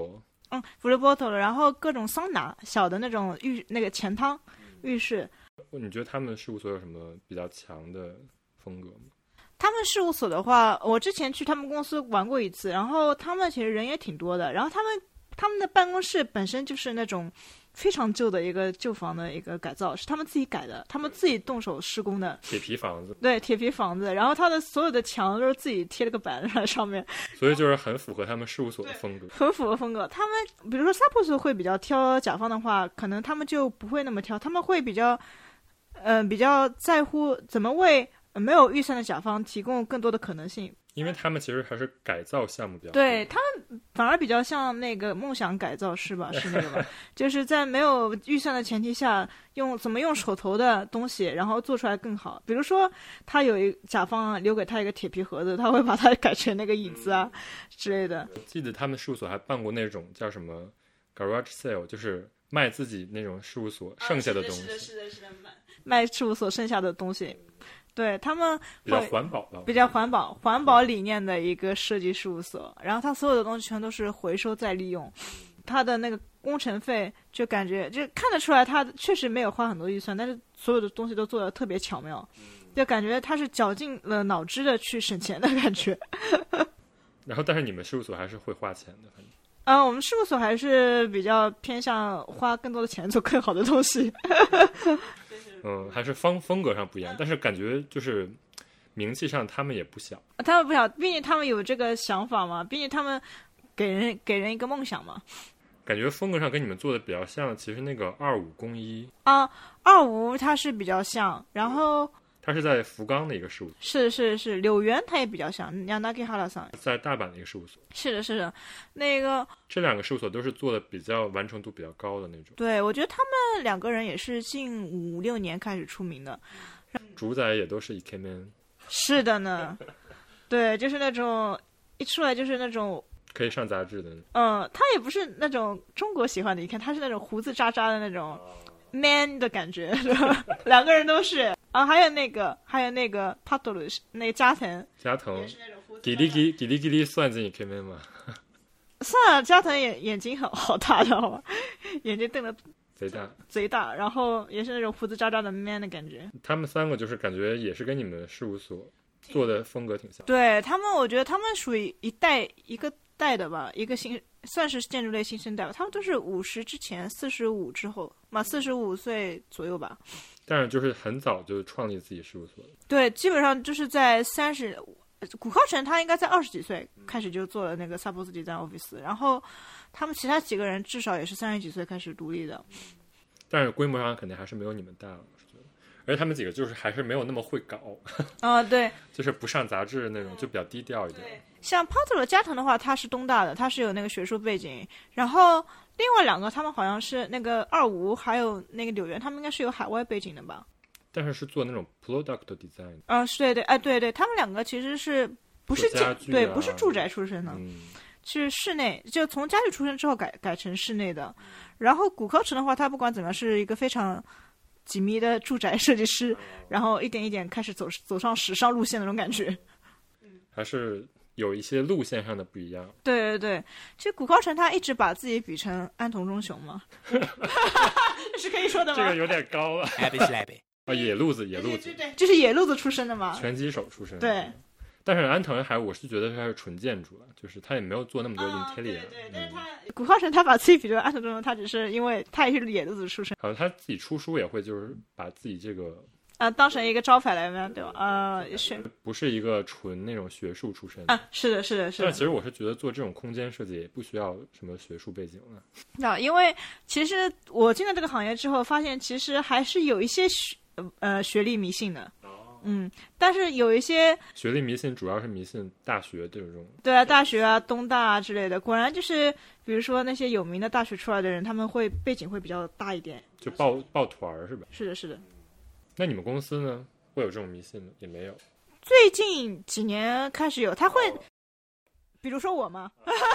blue bottle， 然后各种桑拿，小的那种那个钱汤浴室。 你觉得他们事务所有什么比较强的风格吗？ 他们事务所的话，我之前去他们公司玩过一次，然后他们其实人也挺多的，然后他们的办公室本身就是那种非常旧的一个旧房的一个改造，是他们自己改的，他们自己动手施工的铁皮房子。 对，铁皮房子，然后它的所有的墙都是自己贴了个板子在上面， 所以就是很符合他们事务所的风格， 很符合风格。他们比如说萨普斯会比较挑甲方的话，可能他们就不会那么挑，他们会比较在乎怎么为没有预算的甲方提供更多的可能性。 因为他们其实还是改造项目比较多。 对，他们反而比较像那个梦想改造师吧，是那个吧？就是在没有预算的前提下，怎么用手头的东西，然后做出来更好。比如说，他有一甲方留给他一个铁皮盒子，他会把它改成那个椅子啊之类的。 我记得他们事务所还办过那种叫什么 garage sale， 就是卖自己那种事务所剩下的东西。 是的，卖事务所剩下的东西。对，他们比较环保的， 比较环保理念的一个设计事务所，然后他所有的东西全都是回收再利用，他的那个工程费就感觉就看得出来他确实没有花很多预算，但是所有的东西都做得特别巧妙，就感觉他是绞尽了脑汁的去省钱的感觉。 然后但是你们事务所还是会花钱的，反正我们事务所还是比较偏向花更多的钱做更好的东西。 还是风格上不一样，但是感觉就是名气上他们也不小。 他们不小，毕竟他们有这个想法嘛，毕竟他们给人一个梦想嘛。 感觉风格上跟你们做的比较像，其实那个2501 啊，25它是比较像，然后它是在福冈的一个事务所，是柳原它也比较像，Yanagi Hara-san 在大阪的一个事务所。 是的，那个这两个事务所都是做的比较完成度比较高的那种。 对，我觉得他们两个人也是近5-6年开始出名的， 主宰也都是 Ikemen。 是的呢，对，就是那种一出来就是那种可以上杂志的。 他也不是那种中国喜欢的，你看他是那种胡子渣渣的那种 man 的感觉，是吧？两个人都是啊，还有那个帕多鲁那个加藤吉利吉利算进 Ikemen 吗？ 算了，加藤眼睛好大的好吧，眼睛瞪得贼大，然后也是那种胡子渣渣的 man 的感觉。 他们三个就是感觉也是跟你们事务所做的风格挺像。 对他们，我觉得他们属于一个代的吧，一个算是建筑类新生代吧。他们都是50之前，45之后嘛，45岁左右吧。 但是就是很早就创立自己事务所了。 对，基本上就是在古靠城他应该在20几岁开始就做了那个萨波斯 Design Office， 然后他们其他几个人至少也是30几岁开始独立的。 但是规模上肯定还是没有你们大了，我觉得。而且他们几个就是还是没有那么会搞。 对， 就是不上杂志那种，就比较低调一点。 像 Porter 加藤的话，他是东大的，他是有那个学术背景。然后另外两个他们好像是那个25还有那个柳原，他们应该是有海外背景的吧？ 但是做那种 product design。 是对，他们两个其实是不是对，不是住宅出身的，是室内，就从家具出身之后改成室内的。然后古靠城的话，他不管怎么样是一个非常紧密的住宅设计师，然后一点一点开始走上时尚路线的那种感觉。 还是有一些路线上的不一样。 对，其实古靠城他一直把自己比成安藤忠雄嘛，是可以说的吗？ 这个有点高了。野路子， 对，就是野路子出身的嘛， 拳击手出身。 对。 但是安藤我是觉得他是纯建筑了，就是他也没有做那么多 interior。 对，但是他古靠城他把自己比作安藤忠雄，他只是因为他也是野路子出身。 好像他自己出书也会就是把自己这个当成一个招牌来嘛，对吧？是不是一个纯那种学术出身是的。 但其实我是觉得做这种空间设计也不需要什么学术背景了。 因为其实我进了这个行业之后，发现其实还是有一些学历迷信的。但是有一些学历迷信，主要是迷信大学这种。 对啊，大学啊，东大啊之类的，果然就是比如说那些有名的大学出来的人，他们会背景会比较大一点， 就抱团是吧？ 是的。 那你们公司呢，会有这种迷信吗？也没有。 最近几年开始有，他会，比如说我嘛，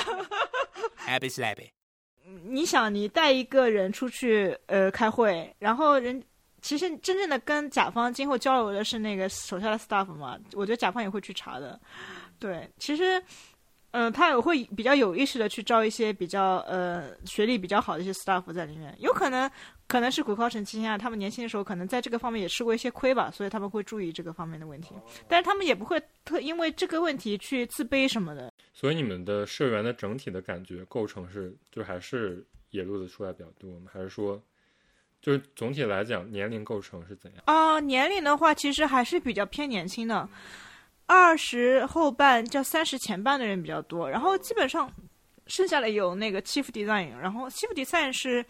你想你带一个人出去开会，然后其实真正的跟甲方今后交流的是那个手下的 staff 嘛，我觉得甲方也会去查的。对，其实他也会比较有意识的去招一些比较学历比较好的一些 staff 在里面，有可能是古考城期间他们年轻的时候可能在这个方面也吃过一些亏吧，所以他们会注意这个方面的问题，但是他们也不会因为这个问题去自卑什么的。 所以你们的社员的整体的感觉构成是，就还是野路子出来比较多吗？还是说，就是总体来讲年龄构成是怎样？ 年龄的话，其实还是比较偏年轻的，20后半叫30前半的人比较多，然后基本上剩下的有那个 Chief Design， 然后 Chief Design 是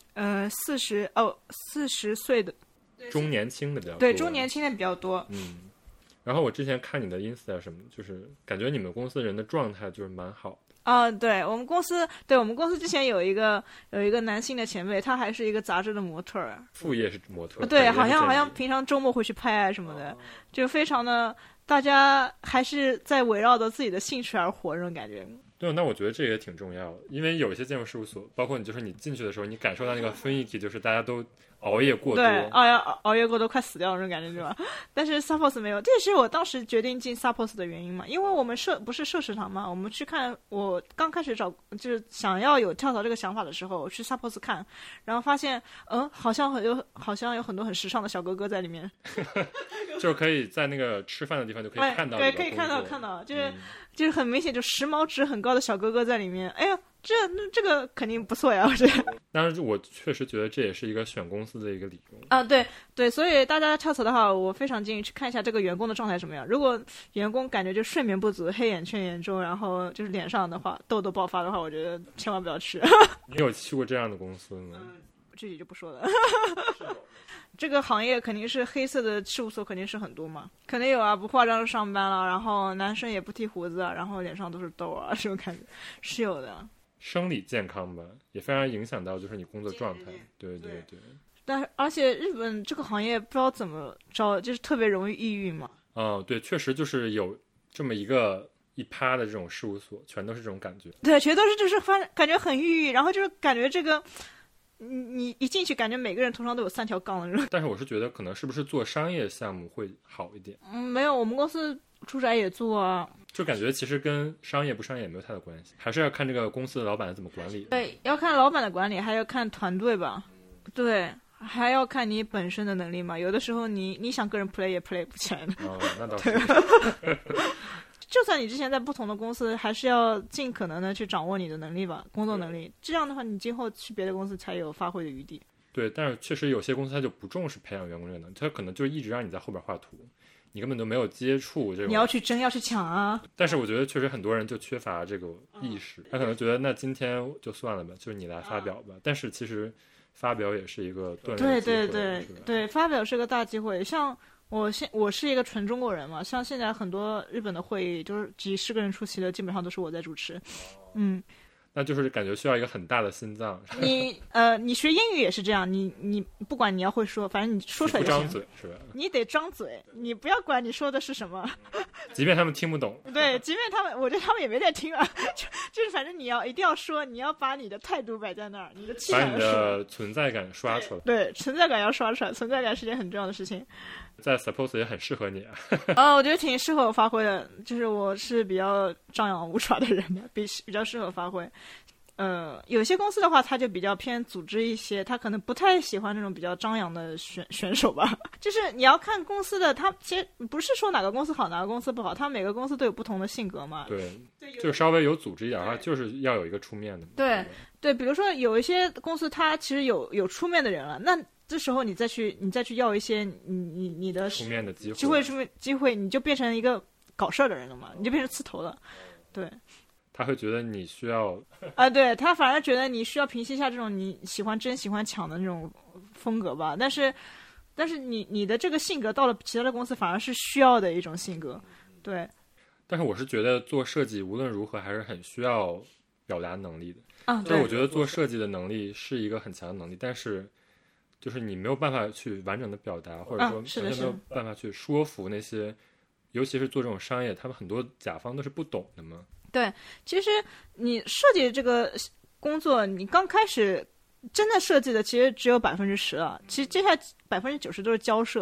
40岁的中年轻的比较多， 对，中年轻的比较多。 然后我之前看你的 Insta 什么，就是感觉你们公司人的状态就是蛮好的。 对，我们公司之前有一个男性的前辈，他还是一个杂志的模特儿， 副业是模特儿。 对，好像平常周末会去拍啊什么的，就非常的，大家还是在围绕着自己的兴趣而活，这种感觉。 对，那我觉得这也挺重要的，因为有一些建筑事务所，包括就是你进去的时候，你感受到那个雰囲気，就是大家都熬夜过多， 对，熬夜过多快死掉那种感觉，对吧？但是 Suppos 没有，这也是我当时决定进 Suppos 的原因嘛，因为我们不是社食堂嘛，我们去看，我刚开始就是想要有跳槽这个想法的时候，我去 Suppos 看，然后发现，好像有很多很时尚的小哥哥在里面， 就可以在那个吃饭的地方就可以看到， 对，可以看到，就是很明显，就时髦值很高的小哥哥在里面。哎呀，这个肯定不错呀，我觉得。 当然，我确实觉得这也是一个选公司的一个理由。 对，所以大家跳槽的话，我非常建议去看一下这个员工的状态什么样。如果员工感觉就睡眠不足、黑眼圈严重，然后就是脸上的话痘痘爆发的话，我觉得千万不要去。 你有去过这样的公司吗？ 具体就不说了。这个行业肯定是黑色的事务所，肯定是很多嘛，肯定有啊，不化妆就上班了，然后男生也不剃胡子，然后脸上都是痘啊，这种感觉是有的。 生理健康吧，也非常影响到就是你工作状态。对。 但而且日本这个行业不知道怎么着，就是特别容易抑郁嘛。 对，确实就是有这么一趴的这种事务所，全都是这种感觉。 对，全都是就是感觉很抑郁，然后就是感觉这个。你一进去感觉每个人头上都有3条杠的那种。 但是我是觉得可能是不是做商业项目会好一点。 没有，我们公司住宅也做啊。 就感觉其实跟商业不商业也没有太大关系，还是要看这个公司的老板怎么管理。 对，要看老板的管理，还要看团队吧。对，还要看你本身的能力嘛。有的时候你想个人 play 也 play 不起来的。 那倒是。 就算你之前在不同的公司，还是要尽可能的去掌握你的能力吧，工作能力。这样的话，你今后去别的公司才有发挥的余地。 对，但是确实有些公司他就不重视培养员工这个能力，他可能就一直让你在后边画图，你根本都没有接触这种。 你要去争，要去抢啊！ 但是我觉得确实很多人就缺乏这个意识，他可能觉得那今天就算了吧，就是你来发表吧。但是其实发表也是一个锻炼的机会。 对，发表是个大机会。像我是一个纯中国人嘛，像现在很多日本的会议就是几十个人出席的，基本上都是我在主持。 那就是感觉需要一个很大的心脏。 你学英语也是这样，你不管你要会说，反正你说出来就行。 不张嘴是吧？ 你得张嘴，你不要管你说的是什么， 即便他们听不懂。 对，即便我觉得他们也没在听啊，就是反正一定要说，你要把你的态度摆在那儿，你的气场， 把你的存在感刷出来。 对，存在感要刷出来，存在感是件很重要的事情。 在 Suppose 也很适合你啊。 我觉得挺适合我发挥的，就是我是比较张扬无耍的人嘛，比较适合发挥。有些公司的话，他就比较偏组织一些，他可能不太喜欢那种比较张扬的选手吧。就是你要看公司的，他其实不是说哪个公司好，哪个公司不好，他每个公司都有不同的性格嘛。 对，就稍微有组织一点的话，就是要有一个出面的。 对，比如说有一些公司，他其实有出面的人了，那这时候你再去要一些你的出面的机会，你就变成一个搞事儿的人了嘛，你就变成刺头了。对。 他会觉得你需要对，他反而觉得你需要平息一下这种你喜欢争喜欢抢的那种风格吧，但是你的这个性格到了其他的公司反而是需要的一种性格。对， 但是我是觉得做设计无论如何还是很需要表达能力的。 对， 我觉得做设计的能力是一个很强的能力，但是就是你没有办法去完整的表达，或者说完全没有办法去说服那些尤其是做这种商业，他们很多甲方都是不懂的嘛。 对，其实你设计这个工作，你刚开始真的设计的其实只有10%啊，其实接下来90%都是交涉。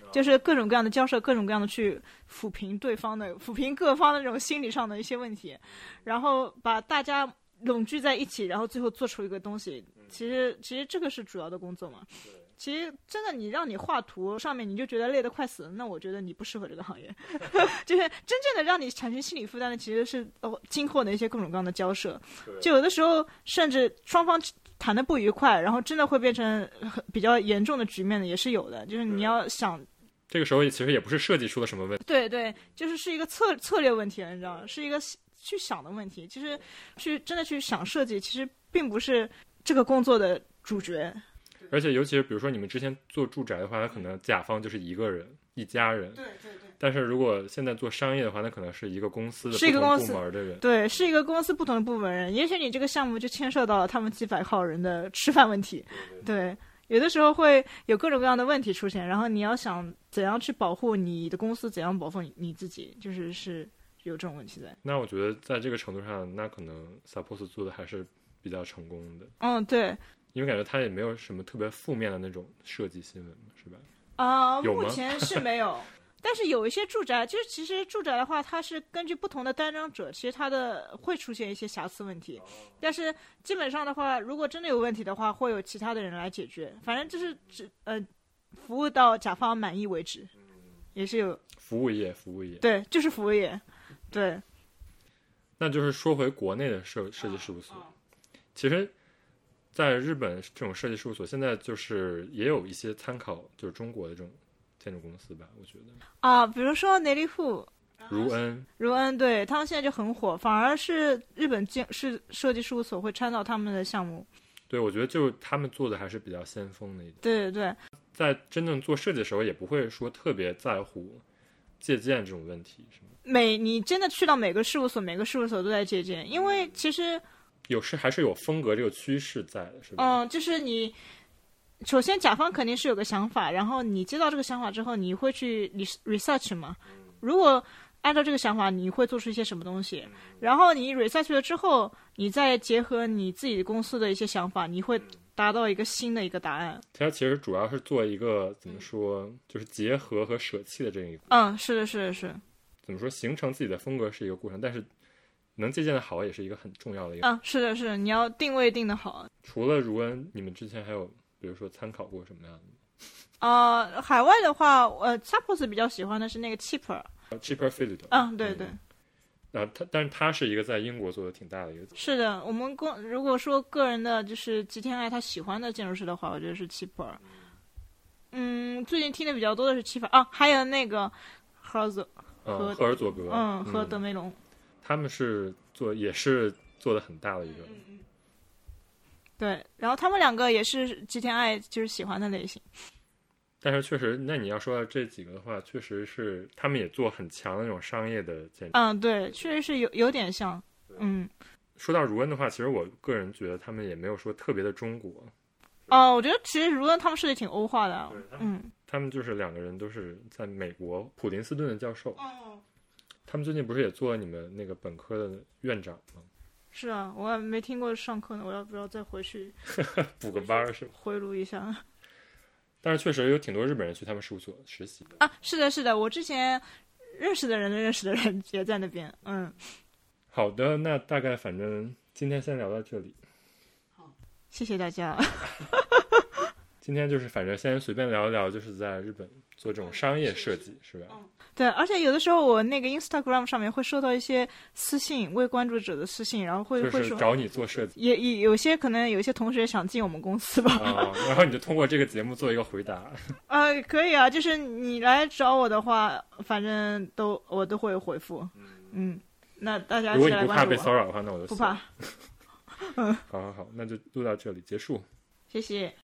就是各种各样的交涉，各种各样的去抚平各方的这种心理上的一些问题，然后把大家拢聚在一起，然后最后做出一个东西。其实这个是主要的工作嘛。其实真的，你让你画图上面你就觉得累得快死了，那我觉得你不适合这个行业。就是真正的让你产生心理负担的，其实是今后的一些各种各样的交涉。就有的时候甚至双方谈的不愉快，然后真的会变成比较严重的局面的，也是有的。就是你要想， 这个时候其实也不是设计出了什么问题。 对，就是一个策略问题了，你知道吗？是一个去想的问题。其实真的去想设计，其实并不是这个工作的主角。 而且尤其是比如说你们之前做住宅的话，那可能甲方就是一个人一家人。 对。 但是如果现在做商业的话，那可能是一个公司的不同部门的人。 对，是一个公司不同的部门人。也许你这个项目就牵涉到了他们几百号人的吃饭问题。对，有的时候会有各种各样的问题出现，然后你要想怎样去保护你的公司，怎样保护你自己，是有这种问题在。 那我觉得在这个程度上，那可能 Suppose 做的还是比较成功的。 对。 因为感觉它也没有什么特别负面的那种设计新闻，是吧？ 目前是没有。但是有一些住宅，就是其实住宅的话，它是根据不同的担当者，其实它的会出现一些瑕疵问题。但是基本上的话，如果真的有问题的话，会有其他的人来解决。反正就是服务到甲方满意为止，也是有服务业。 对，就是服务业。对。 那就是说回国内的设计事务所，其实在日本这种设计事务所现在就是也有一些参考就是中国的这种建筑公司吧，我觉得比如说内利户、 如恩， 对，他们现在就很火，反而是日本设计事务所会参照他们的项目。 对，我觉得就是他们做的还是比较先锋的一点。对， 在真正做设计的时候也不会说特别在乎借鉴这种问题，是吗？ 你真的去到每个事务所都在借鉴，因为其实还是有风格这个趋势在的，是吧？ 就是你首先甲方肯定是有个想法，然后你接到这个想法之后，你会去 research 嘛？如果按照这个想法，你会做出一些什么东西？然后你 research 了之后，你再结合你自己公司的一些想法，你会达到一个新的一个答案。 它其实主要是做一个怎么说，就是结合和舍弃的这一个。 是的。 怎么说，形成自己的风格是一个过程，但是能借鉴的好也是一个很重要的一个。 是的，你要定位定的好。 除了如恩，你们之前还有比如说参考过什么样的？海外的话，Suppose 比较喜欢的是那个 Cheaper Field。 对。 但是它是一个在英国做的挺大的一个。 是的，我们如果说个人的就是吉田爱他喜欢的建筑师的话，我觉得是 Cheaper。最近听的比较多的是Cheaper还有那个赫尔佐格， 和德梅隆。 他们也是做的很大的一个。 对，然后他们两个也是吉田爱就是喜欢的类型。 但是确实，那你要说到这几个的话，确实是他们也做很强的那种商业的建筑。 对，确实是有点像。 说到如恩的话，其实我个人觉得他们也没有说特别的中国。 我觉得其实如恩他们设计挺欧化的。 他们就是两个人都是在美国普林斯顿的教授。他们最近不是也做了你们那个本科的院长吗？ 是啊，我还没听过上课呢，我要不要再回去补个班是吧？ 回炉一下。 但是确实有挺多日本人去他们事务所实习是的，我之前认识的人也在那边。 好的，那大概反正今天先聊到这里。 好，谢谢大家。 今天就是反正先随便聊一聊，就是在日本做这种商业设计，是吧？ 对，而且有的时候我那个 Instagram 上面会收到一些私信，未关注者的私信，然后会说找你做设计， 也有些可能有些同学想进我们公司吧。 然后你就通过这个节目做一个回答。 可以啊，就是你来找我的话，反正我都会回复。那大家如果你不怕被骚扰的话，那我就不怕。 好，那就录到这里结束。 谢谢。